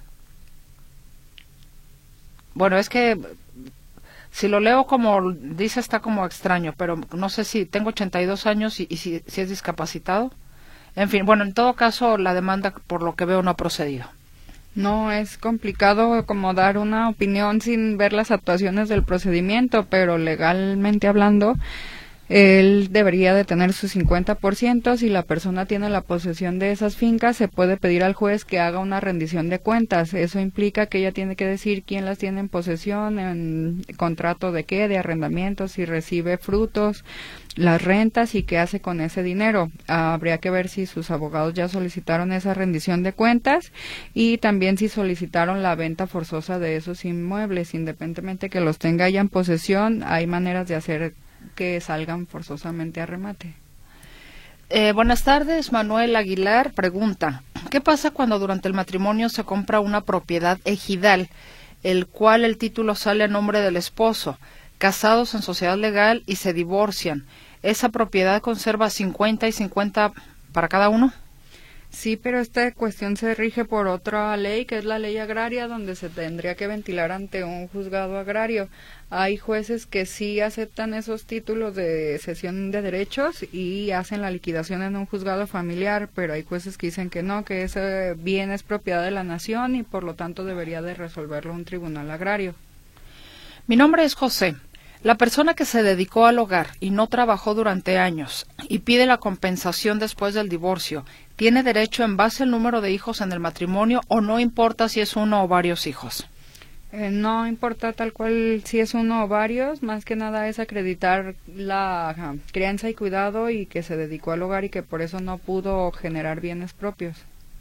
S2: Bueno, es que si lo leo como dice está como extraño, pero no sé si tengo ochenta y dos años y, y si, si es discapacitado. En fin, bueno, en todo caso la demanda por lo que veo no ha procedido.
S3: No, es complicado como dar una opinión sin ver las actuaciones del procedimiento, pero legalmente hablando, él debería de tener su cincuenta por ciento. Si la persona tiene la posesión de esas fincas, se puede pedir al juez que haga una rendición de cuentas. Eso implica que ella tiene que decir quién las tiene en posesión, en contrato de qué, de arrendamiento, si recibe frutos, las rentas y qué hace con ese dinero. Habría que ver si sus abogados ya solicitaron esa rendición de cuentas y también si solicitaron la venta forzosa de esos inmuebles. Independientemente que los tenga ella en posesión, hay maneras de hacer que salgan forzosamente a remate.
S2: Eh, buenas tardes, Manuel Aguilar pregunta, ¿qué pasa cuando durante el matrimonio se compra una propiedad ejidal, el cual el título sale a nombre del esposo, casados en sociedad legal y se divorcian? ¿Esa propiedad conserva cincuenta y cincuenta para cada uno?
S3: Sí, pero esta cuestión se rige por otra ley, que es la ley agraria, donde se tendría que ventilar ante un juzgado agrario. Hay jueces que sí aceptan esos títulos de cesión de derechos y hacen la liquidación en un juzgado familiar, pero hay jueces que dicen que no, que ese bien es propiedad de la nación y por lo tanto debería de resolverlo un tribunal agrario.
S2: Mi nombre es José. La persona que se dedicó al hogar y no trabajó durante años y pide la compensación después del divorcio, ¿tiene derecho en base al número de hijos en el matrimonio o no importa si es uno o varios hijos?
S3: Eh, no importa tal cual si es uno o varios, más que nada es acreditar la ajá, crianza y cuidado y que se dedicó al hogar y que por eso no pudo generar bienes propios.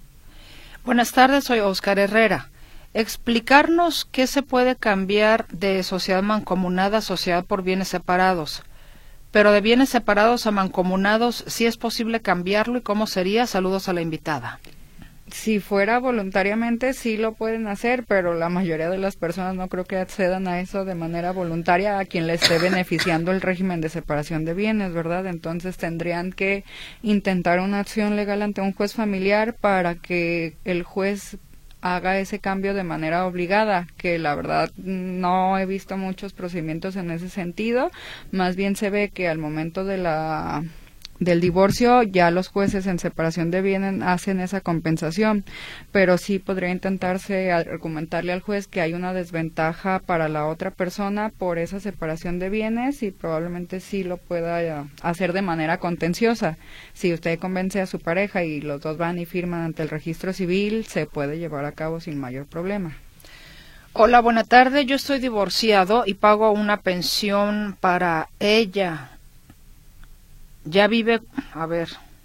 S2: Buenas tardes, soy Oscar Herrera. Explicarnos qué se puede cambiar de sociedad mancomunada a sociedad por bienes separados. Pero de bienes separados a mancomunados, ¿sí es posible cambiarlo y cómo sería? Saludos a la invitada.
S3: Si fuera voluntariamente, sí lo pueden hacer, pero la mayoría de las personas no creo que accedan a eso de manera voluntaria a quien le esté beneficiando el régimen de separación de bienes, ¿verdad? Entonces tendrían que intentar una acción legal ante un juez familiar para que el juez haga ese cambio de manera obligada, que la verdad no he visto muchos procedimientos en ese sentido. Más bien se ve que al momento de la del divorcio ya los jueces en separación de bienes hacen esa compensación, pero sí podría intentarse argumentarle al juez que hay una desventaja para la otra persona por esa separación de bienes y probablemente sí lo pueda hacer de manera contenciosa. Si usted convence a su pareja y los dos van y firman ante el registro civil, se puede llevar a cabo sin mayor problema.
S2: Hola, buena tarde. Yo estoy divorciado y pago una pensión para ella. Ya vive, a ver,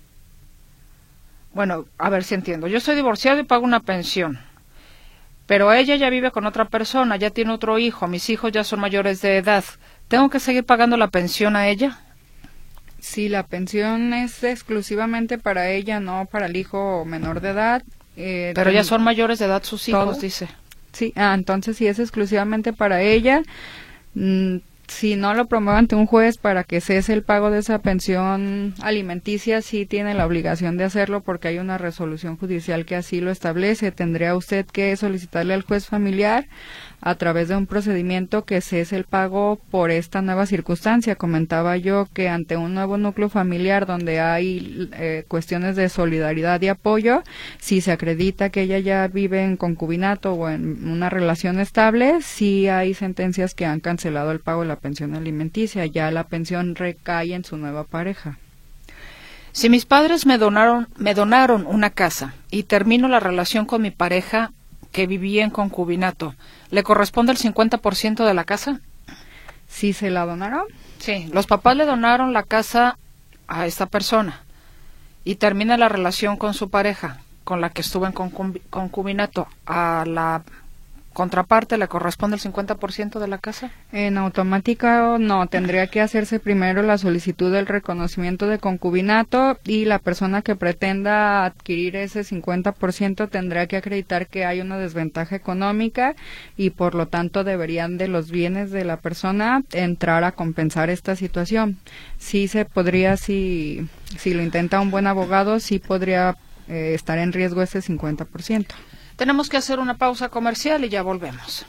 S2: bueno, a ver si entiendo. Yo estoy divorciado y pago una pensión, pero ella ya vive con otra persona, ya tiene otro hijo, mis hijos ya son mayores de edad. ¿Tengo que seguir pagando la pensión a ella?
S3: Si la pensión es exclusivamente para ella, no para el hijo menor de edad.
S2: Eh, pero ya son mayores de edad sus hijos, ¿todo? Dice.
S3: Sí, ah, entonces si es exclusivamente para ella, mmm, si no lo promueve ante un juez para que cese el pago de esa pensión alimenticia, sí tiene la obligación de hacerlo porque hay una resolución judicial que así lo establece. Tendría usted que solicitarle al juez familiar a través de un procedimiento que cese el pago por esta nueva circunstancia. Comentaba yo que ante un nuevo núcleo familiar donde hay eh, cuestiones de solidaridad y apoyo, si se acredita que ella ya vive en concubinato o en una relación estable, sí hay sentencias que han cancelado el pago de la pensión alimenticia, ya la pensión recae en su nueva pareja.
S2: Si mis padres me donaron, me donaron una casa y termino la relación con mi pareja que vivía en concubinato, ¿le corresponde el cincuenta por ciento de la casa?
S3: ¿Sí se la donaron?
S2: Sí, los papás le donaron la casa a esta persona y termina la relación con su pareja, con la que estuvo en concubinato. ¿A la contraparte le corresponde el cincuenta por ciento de la casa?
S3: En automática no, tendría que hacerse primero la solicitud del reconocimiento de concubinato y la persona que pretenda adquirir ese cincuenta por ciento tendrá que acreditar que hay una desventaja económica y por lo tanto deberían de los bienes de la persona entrar a compensar esta situación. Sí se podría, si, si lo intenta un buen abogado, sí podría eh, estar en riesgo ese cincuenta por ciento.
S2: Tenemos que hacer una pausa comercial y ya volvemos.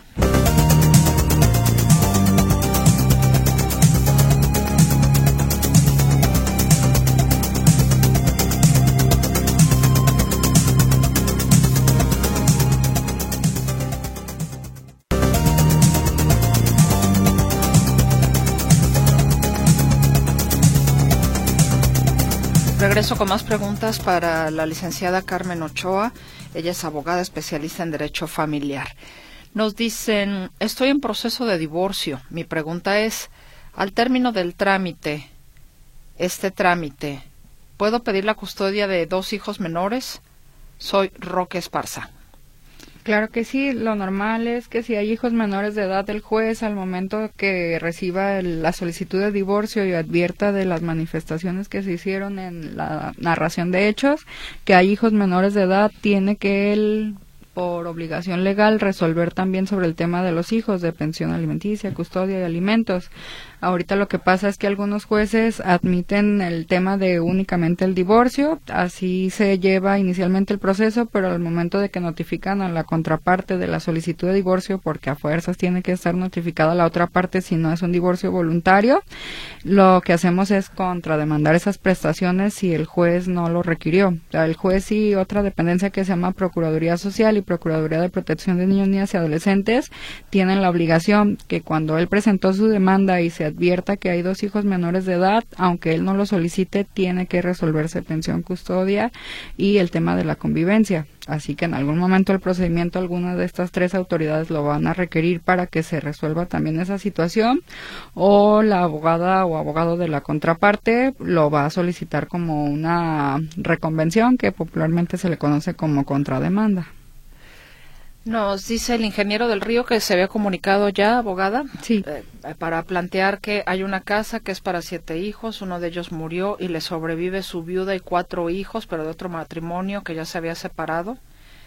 S2: regreso con más preguntas para la licenciada Carmen Ochoa. Ella es abogada especialista en Derecho Familiar. Nos dicen, estoy en proceso de divorcio. Mi pregunta es, al término del trámite, este trámite, ¿puedo pedir la custodia de dos hijos menores? Soy Roque Esparza.
S3: Claro que sí, lo normal es que si hay hijos menores de edad, el juez al momento que reciba el, la solicitud de divorcio y advierta de las manifestaciones que se hicieron en la narración de hechos, que hay hijos menores de edad, tiene que él, por obligación legal, resolver también sobre el tema de los hijos, de pensión alimenticia, custodia y alimentos. Ahorita lo que pasa es que algunos jueces admiten el tema de únicamente el divorcio, así se lleva inicialmente el proceso, pero al momento de que notifican a la contraparte de la solicitud de divorcio, porque a fuerzas tiene que estar notificada la otra parte si no es un divorcio voluntario, lo que hacemos es contrademandar esas prestaciones si el juez no lo requirió. O sea, el juez y otra dependencia que se llama Procuraduría Social y Procuraduría de Protección de Niños, Niñas y Adolescentes tienen la obligación que cuando él presentó su demanda y se advierta que hay dos hijos menores de edad, aunque él no lo solicite, tiene que resolverse pensión, custodia y el tema de la convivencia. Así que en algún momento del procedimiento alguna de estas tres autoridades lo van a requerir para que se resuelva también esa situación, o la abogada o abogado de la contraparte lo va a solicitar como una reconvención, que popularmente se le conoce como contrademanda.
S2: Nos dice el ingeniero del Río que se había comunicado ya, abogada,
S3: sí.
S2: eh, para plantear que hay una casa que es para siete hijos, uno de ellos murió y le sobrevive su viuda y cuatro hijos, pero de otro matrimonio que ya se había separado.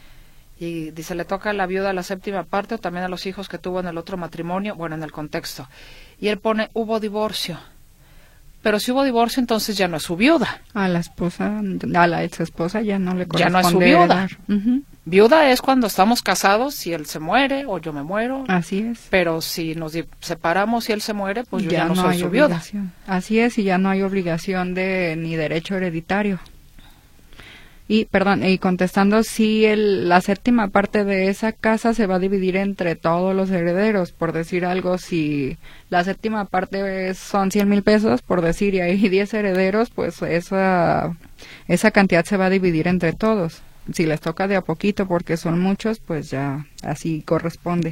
S2: Y dice, le toca a la viuda la séptima parte o también a los hijos que tuvo en el otro matrimonio, bueno, en el contexto. Y él pone, hubo divorcio. Pero si hubo divorcio, entonces ya no es su viuda.
S3: A la esposa, a la ex esposa ya no le corresponde.
S2: Ya no es su viuda.
S3: Uh-huh.
S2: Viuda es cuando estamos casados, si él se muere o yo me muero.
S3: Así es.
S2: Pero si nos separamos y él se muere, pues yo
S3: ya,
S2: ya no,
S3: no
S2: soy
S3: hay
S2: su
S3: obligación.
S2: viuda.
S3: Así es, y ya no hay obligación de ni derecho hereditario. Y, perdón, y contestando, si el, la séptima parte de esa casa se va a dividir entre todos los herederos, por decir algo, si la séptima parte es, son cien mil pesos, por decir, y hay diez herederos, pues esa, esa cantidad se va a dividir entre todos. Si les toca de a poquito porque son muchos, pues ya así corresponde.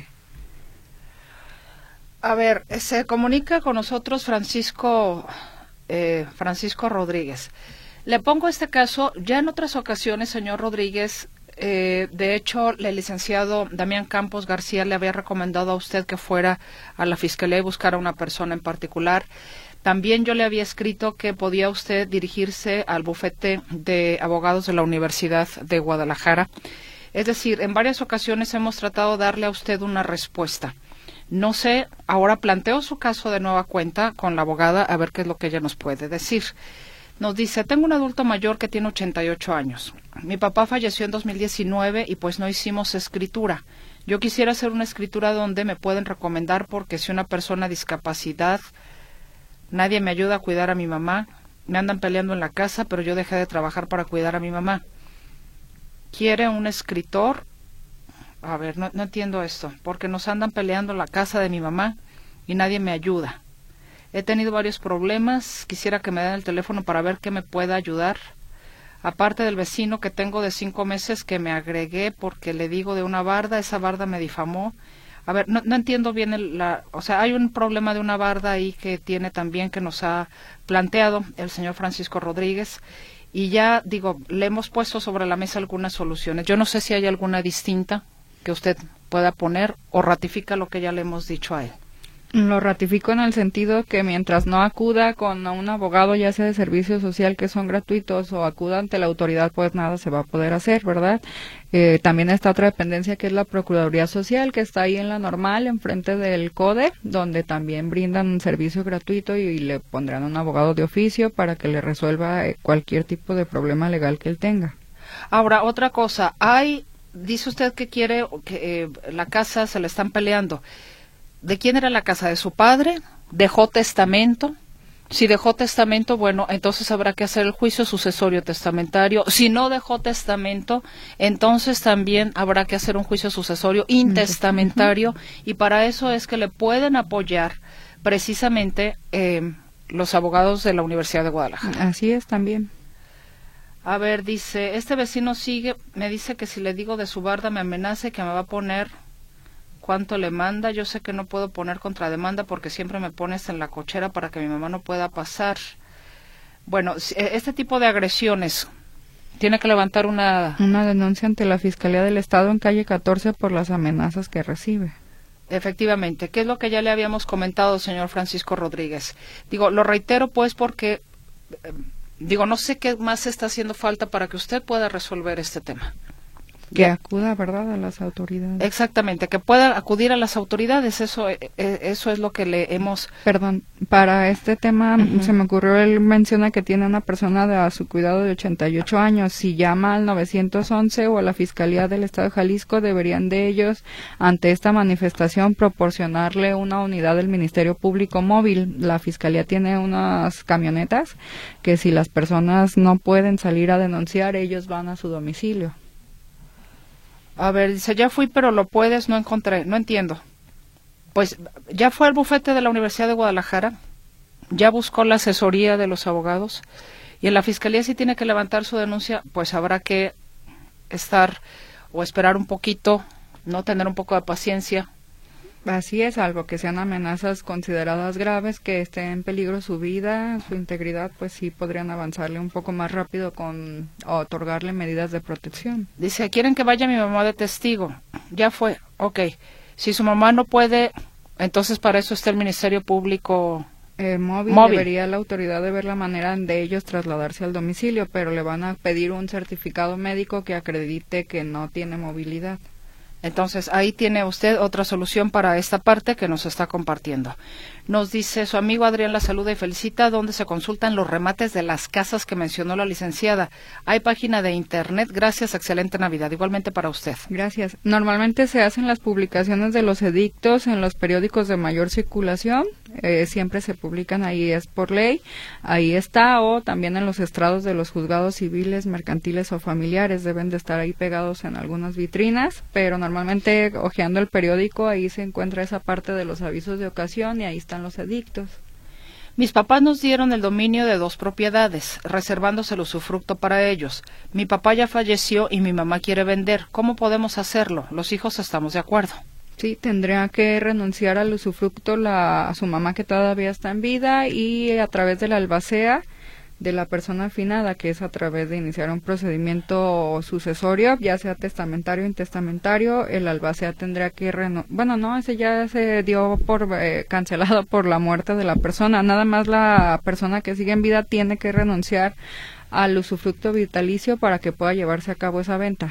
S2: A ver, se comunica con nosotros Francisco, eh, Francisco Rodríguez. Le pongo este caso, ya en otras ocasiones, señor Rodríguez, eh, de hecho, el licenciado Damián Campos García le había recomendado a usted que fuera a la Fiscalía y buscara a una persona en particular. También yo le había escrito que podía usted dirigirse al bufete de abogados de la Universidad de Guadalajara. Es decir, en varias ocasiones hemos tratado de darle a usted una respuesta. No sé, ahora planteo su caso de nueva cuenta con la abogada a ver qué es lo que ella nos puede decir. Nos dice, tengo un adulto mayor que tiene ochenta y ocho años. Mi papá falleció en dos mil diecinueve y pues no hicimos escritura. Yo quisiera hacer una escritura donde me pueden recomendar porque si una persona discapacidad, nadie me ayuda a cuidar a mi mamá, me andan peleando en la casa, pero yo dejé de trabajar para cuidar a mi mamá. ¿Quiere un escritor? A ver, no, no entiendo esto, porque nos andan peleando en la casa de mi mamá y nadie me ayuda. He tenido varios problemas, quisiera que me den el teléfono para ver qué me pueda ayudar. Aparte del vecino que tengo de cinco meses que me agregué porque le digo de una barda, esa barda me difamó. A ver, no, no entiendo bien, el, la, o sea, hay un problema de una barda ahí que tiene también que nos ha planteado el señor Francisco Rodríguez. Y ya, digo, le hemos puesto sobre la mesa algunas soluciones. Yo no sé si hay alguna distinta que usted pueda poner o ratifica lo que ya le hemos dicho a él.
S3: Lo ratifico en el sentido que mientras no acuda con un abogado, ya sea de servicio social, que son gratuitos, o acuda ante la autoridad, pues nada se va a poder hacer, ¿verdad? Eh, también está otra dependencia que es la Procuraduría Social, que está ahí en la normal, enfrente del CODE, donde también brindan un servicio gratuito y, y le pondrán un abogado de oficio para que le resuelva eh, cualquier tipo de problema legal que él tenga.
S2: Ahora, otra cosa, hay, dice usted que quiere que eh, la casa se le están peleando. ¿De quién era la casa? ¿De su padre? ¿Dejó testamento? Si dejó testamento, bueno, entonces habrá que hacer el juicio sucesorio testamentario. Si no dejó testamento, entonces también habrá que hacer un juicio sucesorio intestamentario. Y para eso es que le pueden apoyar precisamente eh, los abogados de la Universidad de Guadalajara.
S3: Así es también.
S2: A ver, dice, este vecino sigue, me dice que si le digo de su barda me amenaza y que me va a poner cuánto le manda. Yo sé que no puedo poner contrademanda porque siempre me pones en la cochera para que mi mamá no pueda pasar. Bueno, este tipo de agresiones, tiene que levantar una...
S3: Una denuncia ante la Fiscalía del Estado en calle catorce por las amenazas que recibe.
S2: Efectivamente, ¿qué es lo que ya le habíamos comentado, señor Francisco Rodríguez? Digo, lo reitero pues porque, eh, digo, no sé qué más está haciendo falta para que usted pueda resolver este tema.
S3: Que ya. Acuda, ¿verdad?, a las autoridades.
S2: Exactamente, que pueda acudir a las autoridades, eso eh, eso es lo que le hemos...
S3: Perdón, para este tema uh-huh. se me ocurrió, él menciona que tiene una persona de, a su cuidado de ochenta y ocho años, si llama al nueve once o a la Fiscalía del Estado de Jalisco, deberían de ellos, ante esta manifestación, proporcionarle una unidad del Ministerio Público móvil. La Fiscalía tiene unas camionetas que si las personas no pueden salir a denunciar, ellos van a su domicilio.
S2: A ver, dice, ya fui, pero lo puedes, no encontré, no entiendo. Pues ya fue al bufete de la Universidad de Guadalajara, ya buscó la asesoría de los abogados, y en la Fiscalía si tiene que levantar su denuncia, pues habrá que estar o esperar un poquito, no tener un poco de paciencia.
S3: Así es, algo que sean amenazas consideradas graves, que esté en peligro su vida, su integridad, pues sí podrían avanzarle un poco más rápido con otorgarle medidas de protección.
S2: Dice, quieren que vaya mi mamá de testigo. Ya fue, ok. Si su mamá no puede, entonces para eso está el Ministerio Público
S3: eh, móvil.
S2: móvil.
S3: Debería la autoridad de ver la manera de ellos trasladarse al domicilio, pero le van a pedir un certificado médico que acredite que no tiene movilidad.
S2: Entonces, ahí tiene usted otra solución para esta parte que nos está compartiendo. Nos dice su amigo Adrián la saluda y felicita, donde se consultan los remates de las casas que mencionó la licenciada. Hay página de internet. Gracias, excelente Navidad. Igualmente para usted.
S3: Gracias. Normalmente se hacen las publicaciones de los edictos en los periódicos de mayor circulación. Eh, siempre se publican ahí, es por ley. Ahí está, o también en los estrados de los juzgados civiles, mercantiles o familiares. Deben de estar ahí pegados en algunas vitrinas, pero normalmente hojeando el periódico ahí se encuentra esa parte de los avisos de ocasión y ahí están los edictos.
S2: Mis papás nos dieron el dominio de dos propiedades, reservándose el usufructo para ellos. Mi papá ya falleció y mi mamá quiere vender. ¿Cómo podemos hacerlo? Los hijos estamos de acuerdo.
S3: Sí, tendría que renunciar al usufructo la, a su mamá que todavía está en vida y a través de la albacea de la persona afinada, que es a través de iniciar un procedimiento sucesorio, ya sea testamentario o intestamentario, el albacea tendrá que reno bueno, no, ese ya se dio por eh, cancelado por la muerte de la persona, nada más la persona que sigue en vida tiene que renunciar al usufructo vitalicio para que pueda llevarse a cabo esa venta.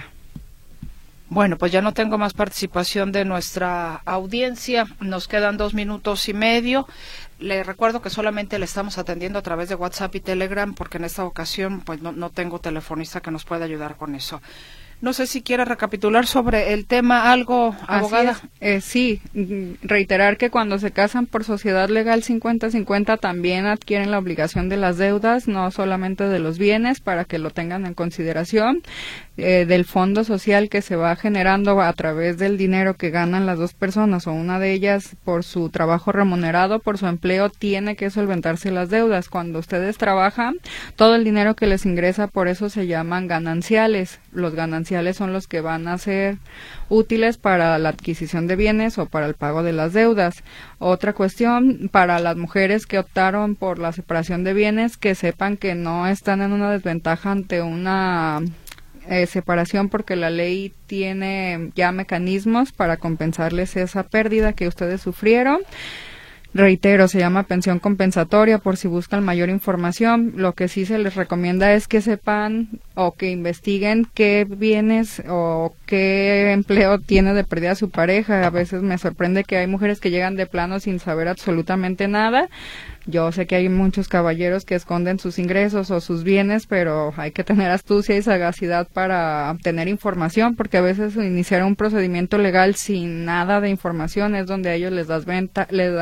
S2: Bueno, pues ya no tengo más participación de nuestra audiencia. Nos quedan dos minutos y medio. Le recuerdo que solamente le estamos atendiendo a través de WhatsApp y Telegram, porque en esta ocasión pues no, no tengo telefonista que nos pueda ayudar con eso. No sé si quiere recapitular sobre el tema algo, abogada.
S3: Eh, sí, reiterar que cuando se casan por sociedad legal cincuenta cincuenta también adquieren la obligación de las deudas, no solamente de los bienes, para que lo tengan en consideración, eh, del fondo social que se va generando a través del dinero que ganan las dos personas o una de ellas por su trabajo remunerado, por su empleo, tiene que solventarse las deudas. Cuando ustedes trabajan, todo el dinero que les ingresa, por eso se llaman gananciales. Los gananciales son los que van a ser útiles para la adquisición de bienes o para el pago de las deudas. Otra cuestión, para las mujeres que optaron por la separación de bienes, que sepan que no están en una desventaja ante una eh, separación, porque la ley tiene ya mecanismos para compensarles esa pérdida que ustedes sufrieron. Reitero, se llama pensión compensatoria por si buscan mayor información. Lo que sí se les recomienda es que sepan o que investiguen qué bienes o qué empleo tiene de pérdida su pareja. A veces me sorprende que hay mujeres que llegan de plano sin saber absolutamente nada. Yo sé que hay muchos caballeros que esconden sus ingresos o sus bienes, pero hay que tener astucia y sagacidad para obtener información, porque a veces iniciar un procedimiento legal sin nada de información es donde a ellos les das venta, les damos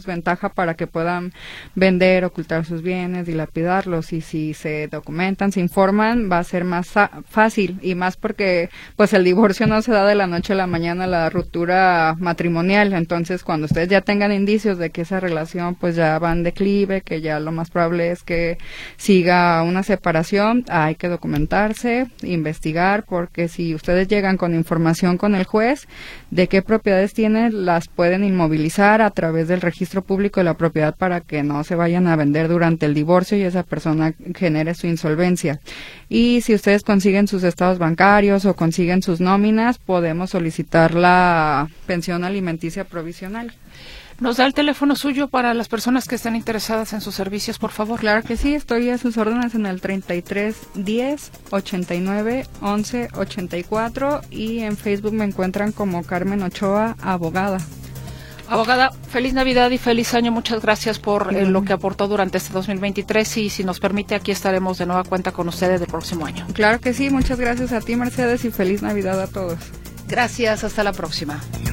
S3: damos ventaja para que puedan vender, ocultar sus bienes, dilapidarlos, y si se documentan, se informan, va a ser más fácil, y más porque pues el divorcio no se da de la noche a la mañana, la ruptura matrimonial. Entonces, cuando ustedes ya tengan indicios de que esa relación pues ya va en declive, que ya lo más probable es que siga una separación, hay que documentarse, investigar, porque si ustedes llegan con información con el juez de qué propiedades tienen, las pueden inmovilizar a través del registro público de la propiedad para que no se vayan a vender durante el divorcio y esa persona genere su insolvencia. Y si ustedes consiguen sus estados bancarios o consiguen sus nóminas, podemos solicitar la pensión alimenticia provisional.
S2: ¿Nos da el teléfono suyo para las personas que estén interesadas en sus servicios, por favor?
S3: Claro que sí, estoy a sus órdenes en el treinta y tres diez ochenta y nueve once ochenta y cuatro, y en Facebook me encuentran como Carmen Ochoa, abogada.
S2: Abogada, feliz Navidad y feliz año. Muchas gracias por eh, lo que aportó durante este dos mil veintitrés, y si nos permite, aquí estaremos de nueva cuenta con ustedes el próximo año.
S3: Claro que sí, muchas gracias a ti, Mercedes, y feliz Navidad a todos.
S2: Gracias, hasta la próxima.